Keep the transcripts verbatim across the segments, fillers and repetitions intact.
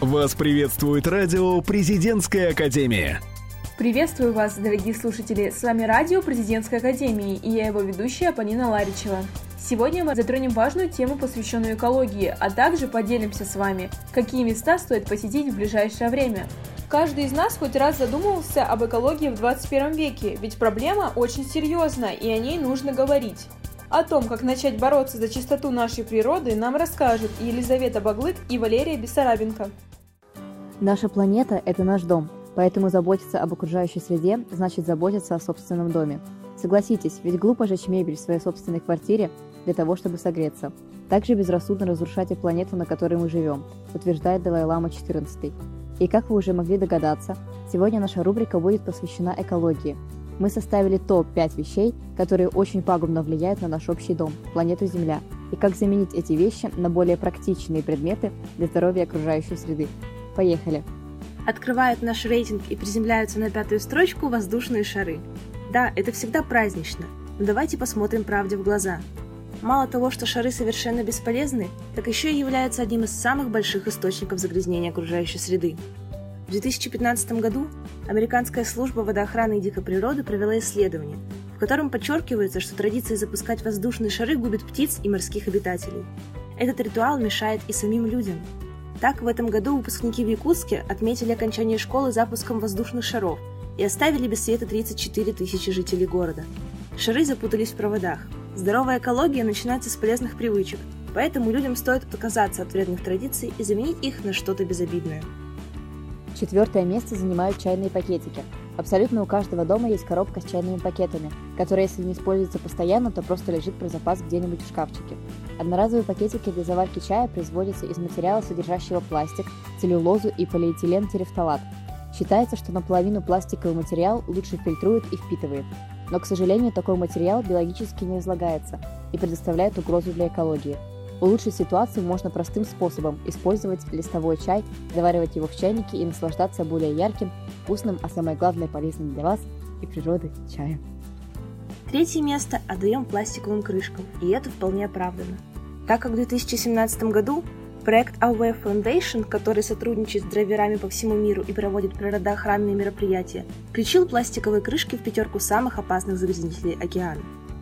Вас приветствует радио «Президентская академия». Приветствую вас, дорогие слушатели! С вами радио «Президентской академии» и я его ведущая Полина Ларичева. Сегодня мы затронем важную тему, посвященную экологии, а также поделимся с вами, какие места стоит посетить в ближайшее время. Каждый из нас хоть раз задумывался об экологии в двадцать первом веке, ведь проблема очень серьезная и о ней нужно говорить. О том, как начать бороться за чистоту нашей природы, нам расскажут Елизавета Баглык и Валерия Бессарабенко. Наша планета – это наш дом, поэтому заботиться об окружающей среде значит заботиться о собственном доме. Согласитесь, ведь глупо жечь мебель в своей собственной квартире для того, чтобы согреться. Также безрассудно разрушать и планету, на которой мы живем, утверждает Далай-лама четырнадцатый. И как вы уже могли догадаться, сегодня наша рубрика будет посвящена экологии. Мы составили топ пять вещей, которые очень пагубно влияют на наш общий дом, планету Земля, и как заменить эти вещи на более практичные предметы для здоровья окружающей среды. Поехали! Открывают наш рейтинг и приземляются на пятую строчку воздушные шары. Да, это всегда празднично, но давайте посмотрим правде в глаза. Мало того, что шары совершенно бесполезны, так еще и являются одним из самых больших источников загрязнения окружающей среды. В две тысячи пятнадцатом году Американская служба водоохраны и дикой природы провела исследование, в котором подчеркивается, что традиция запускать воздушные шары губит птиц и морских обитателей. Этот ритуал мешает и самим людям. Так, в этом году выпускники в Якутске отметили окончание школы запуском воздушных шаров и оставили без света тридцать четыре тысячи жителей города. Шары запутались в проводах. Здоровая экология начинается с полезных привычек, поэтому людям стоит отказаться от вредных традиций и заменить их на что-то безобидное. Четвертое место занимают чайные пакетики. Абсолютно у каждого дома есть коробка с чайными пакетами, которая, если не используется постоянно, то просто лежит про запас где-нибудь в шкафчике. Одноразовые пакетики для заварки чая производятся из материала, содержащего пластик, целлюлозу и полиэтилен-терефталат. Считается, что наполовину пластиковый материал лучше фильтрует и впитывает. Но, к сожалению, такой материал биологически не разлагается и предоставляет угрозу для экологии. Улучшить ситуацию можно простым способом – использовать листовой чай, заваривать его в чайнике и наслаждаться более ярким, вкусным, а самое главное полезным для вас и природы чаем. Третье место отдаем пластиковым крышкам, и это вполне оправдано. Так как в две тысячи семнадцатом году проект эй ви Foundation, который сотрудничает с драйверами по всему миру и проводит природоохранные мероприятия, включил пластиковые крышки в пятерку самых опасных загрязнителей океана.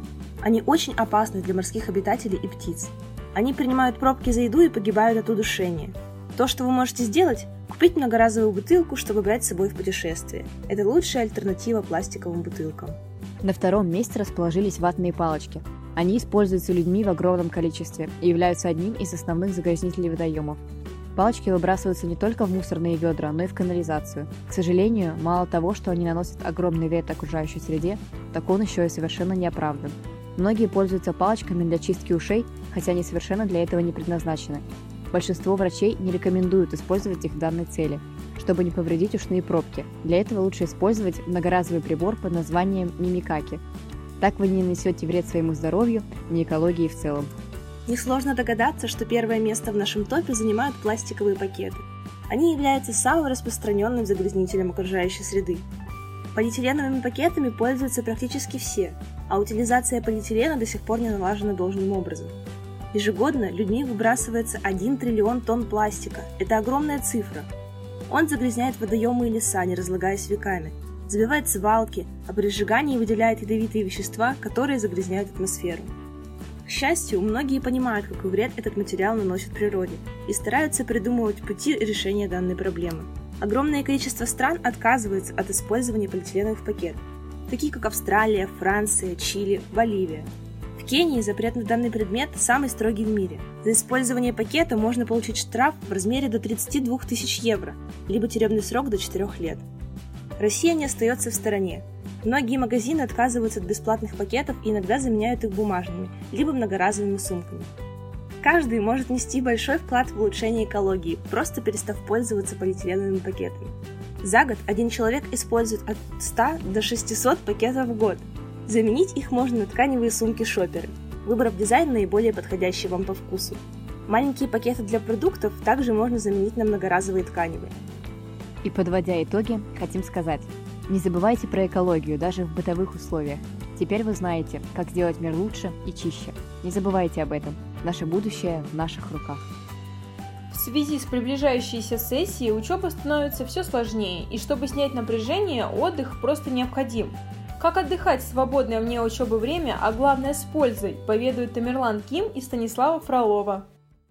Они очень опасны для морских обитателей и птиц. Они принимают пробки за еду и погибают от удушения. То, что вы можете сделать – купить многоразовую бутылку, чтобы брать с собой в путешествие. Это лучшая альтернатива пластиковым бутылкам. На втором месте расположились ватные палочки. Они используются людьми в огромном количестве и являются одним из основных загрязнителей водоемов. Палочки выбрасываются не только в мусорные ведра, но и в канализацию. К сожалению, мало того, что они наносят огромный вред окружающей среде, так он еще и совершенно не оправдан. Многие пользуются палочками для чистки ушей, хотя они совершенно для этого не предназначены. Большинство врачей не рекомендуют использовать их в данной цели, чтобы не повредить ушные пробки. Для этого лучше использовать многоразовый прибор под названием мимикаки. Так вы не нанесете вред своему здоровью, ни экологии в целом. Несложно догадаться, что первое место в нашем топе занимают пластиковые пакеты. Они являются самым распространенным загрязнителем окружающей среды. Полиэтиленовыми пакетами пользуются практически все, а утилизация полиэтилена до сих пор не налажена должным образом. Ежегодно людьми выбрасывается один триллион тонн пластика. Это огромная цифра. Он загрязняет водоемы и леса, не разлагаясь веками, забивает свалки, а при сжигании выделяет ядовитые вещества, которые загрязняют атмосферу. К счастью, многие понимают, какой вред этот материал наносит природе, и стараются придумывать пути решения данной проблемы. Огромное количество стран отказывается от использования полиэтиленовых пакетов, такие как Австралия, Франция, Чили, Боливия. В Кении запрет на данный предмет самый строгий в мире. За использование пакета можно получить штраф в размере до тридцати двух тысяч евро, либо тюремный срок до четырёх лет. Россия не остается в стороне. Многие магазины отказываются от бесплатных пакетов и иногда заменяют их бумажными, либо многоразовыми сумками. Каждый может нести большой вклад в улучшение экологии, просто перестав пользоваться полиэтиленовыми пакетами. За год один человек использует от ста до шестисот пакетов в год. Заменить их можно на тканевые сумки-шопперы, выбрав дизайн наиболее подходящий вам по вкусу. Маленькие пакеты для продуктов также можно заменить на многоразовые тканевые. И подводя итоги, хотим сказать, не забывайте про экологию даже в бытовых условиях. Теперь вы знаете, как сделать мир лучше и чище. Не забывайте об этом. Наше будущее в наших руках. В связи с приближающейся сессией учеба становится все сложнее, и чтобы снять напряжение, отдых просто необходим. Как отдыхать в свободное вне учебы время, а главное с пользой, поведают Тамерлан Ким и Станислава Фролова.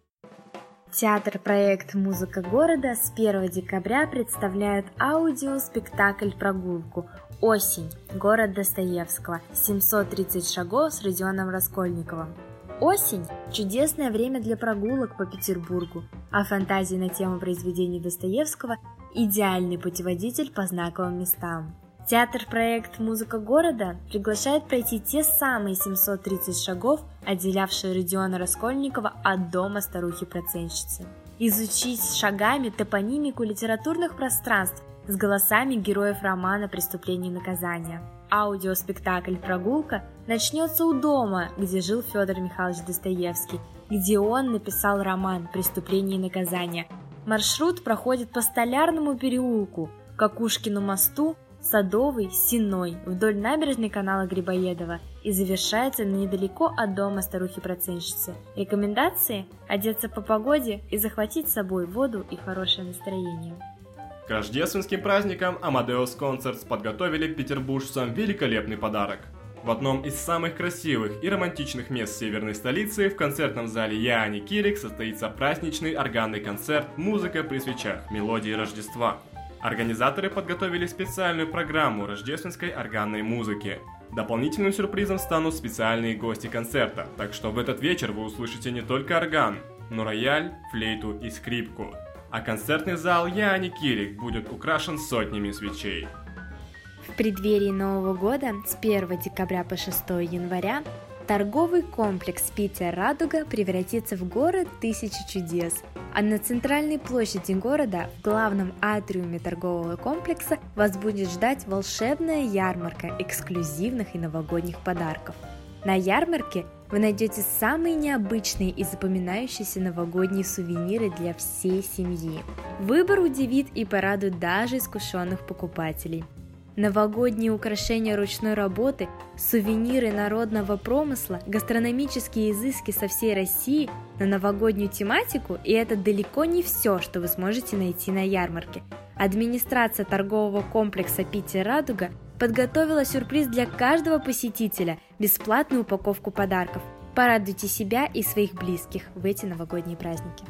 Театр-проект «Музыка города» с первого декабря представляет аудиоспектакль «Прогулку. Осень. Город Достоевского. семьсот тридцать шагов» с Родионом Раскольниковым. Осень – чудесное время для прогулок по Петербургу, а фантазии на тему произведений Достоевского – идеальный путеводитель по знаковым местам. Театр-проект «Музыка города» приглашает пройти те самые семьсот тридцать шагов, отделявшие Родиона Раскольникова от дома старухи-процентщицы. Изучить шагами топонимику литературных пространств с голосами героев романа «Преступление и наказание». Аудиоспектакль «Прогулка» начнется у дома, где жил Федор Михайлович Достоевский, где он написал роман «Преступление и наказание». Маршрут проходит по Столярному переулку, Кокушкину мосту, Садовый, Сенной, вдоль набережной канала Грибоедова и завершается недалеко от дома старухи-процентщицы. Рекомендации – одеться по погоде и захватить с собой воду и хорошее настроение. К рождественским праздникам Amadeus Concerts подготовили петербуржцам великолепный подарок. В одном из самых красивых и романтичных мест северной столицы в концертном зале Яани Кирик состоится праздничный органный концерт «Музыка при свечах. Мелодии Рождества». Организаторы подготовили специальную программу рождественской органной музыки. Дополнительным сюрпризом станут специальные гости концерта, так что в этот вечер вы услышите не только орган, но рояль, флейту и скрипку. А концертный зал Яани Кирик будет украшен сотнями свечей. В преддверии Нового года с первого декабря по шестого января торговый комплекс «Питер Радуга» превратится в город тысячи чудес, а на центральной площади города, в главном атриуме торгового комплекса, вас будет ждать волшебная ярмарка эксклюзивных и новогодних подарков. На ярмарке вы найдете самые необычные и запоминающиеся новогодние сувениры для всей семьи. Выбор удивит и порадует даже искушенных покупателей. Новогодние украшения ручной работы, сувениры народного промысла, гастрономические изыски со всей России на новогоднюю тематику, и это далеко не все, что вы сможете найти на ярмарке. Администрация торгового комплекса «Питер Радуга» подготовила сюрприз для каждого посетителя – бесплатную упаковку подарков. Порадуйте себя и своих близких в эти новогодние праздники.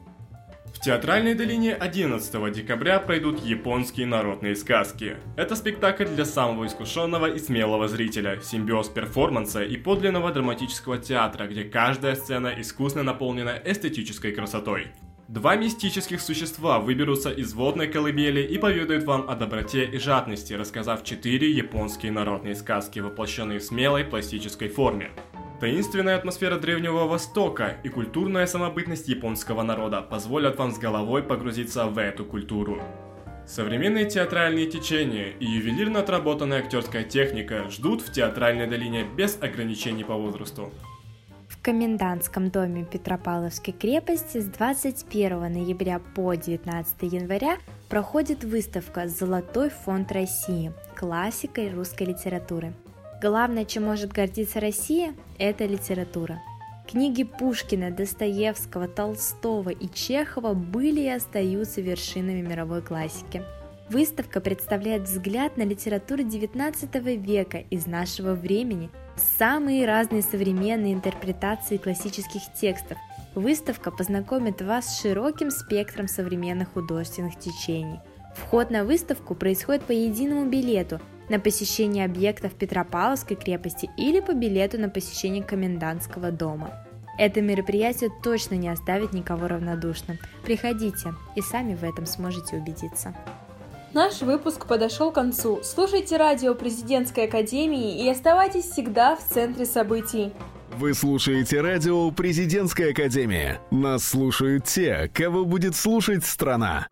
В Театральной долине одиннадцатого декабря пройдут японские народные сказки. Это спектакль для самого искушенного и смелого зрителя, симбиоз перформанса и подлинного драматического театра, где каждая сцена искусно наполнена эстетической красотой. Два мистических существа выберутся из водной колыбели и поведают вам о доброте и жадности, рассказав четыре японские народные сказки, воплощенные в смелой пластической форме. Таинственная атмосфера Древнего Востока и культурная самобытность японского народа позволят вам с головой погрузиться в эту культуру. Современные театральные течения и ювелирно отработанная актерская техника ждут в Театральной долине без ограничений по возрасту. В Комендантском доме Петропавловской крепости с двадцать первого ноября по девятнадцатого января проходит выставка «Золотой фонд России. Классика русской литературы». Главное, чем может гордиться Россия, это литература. Книги Пушкина, Достоевского, Толстого и Чехова были и остаются вершинами мировой классики. Выставка представляет взгляд на литературу девятнадцатого века из нашего времени, самые разные современные интерпретации классических текстов. Выставка познакомит вас с широким спектром современных художественных течений. Вход на выставку происходит по единому билету на посещение объектов Петропавловской крепости или по билету на посещение Комендантского дома. Это мероприятие точно не оставит никого равнодушным. Приходите, и сами в этом сможете убедиться. Наш выпуск подошел к концу. Слушайте радио Президентской академии и оставайтесь всегда в центре событий. Вы слушаете радио Президентская академия. Нас слушают те, кого будет слушать страна.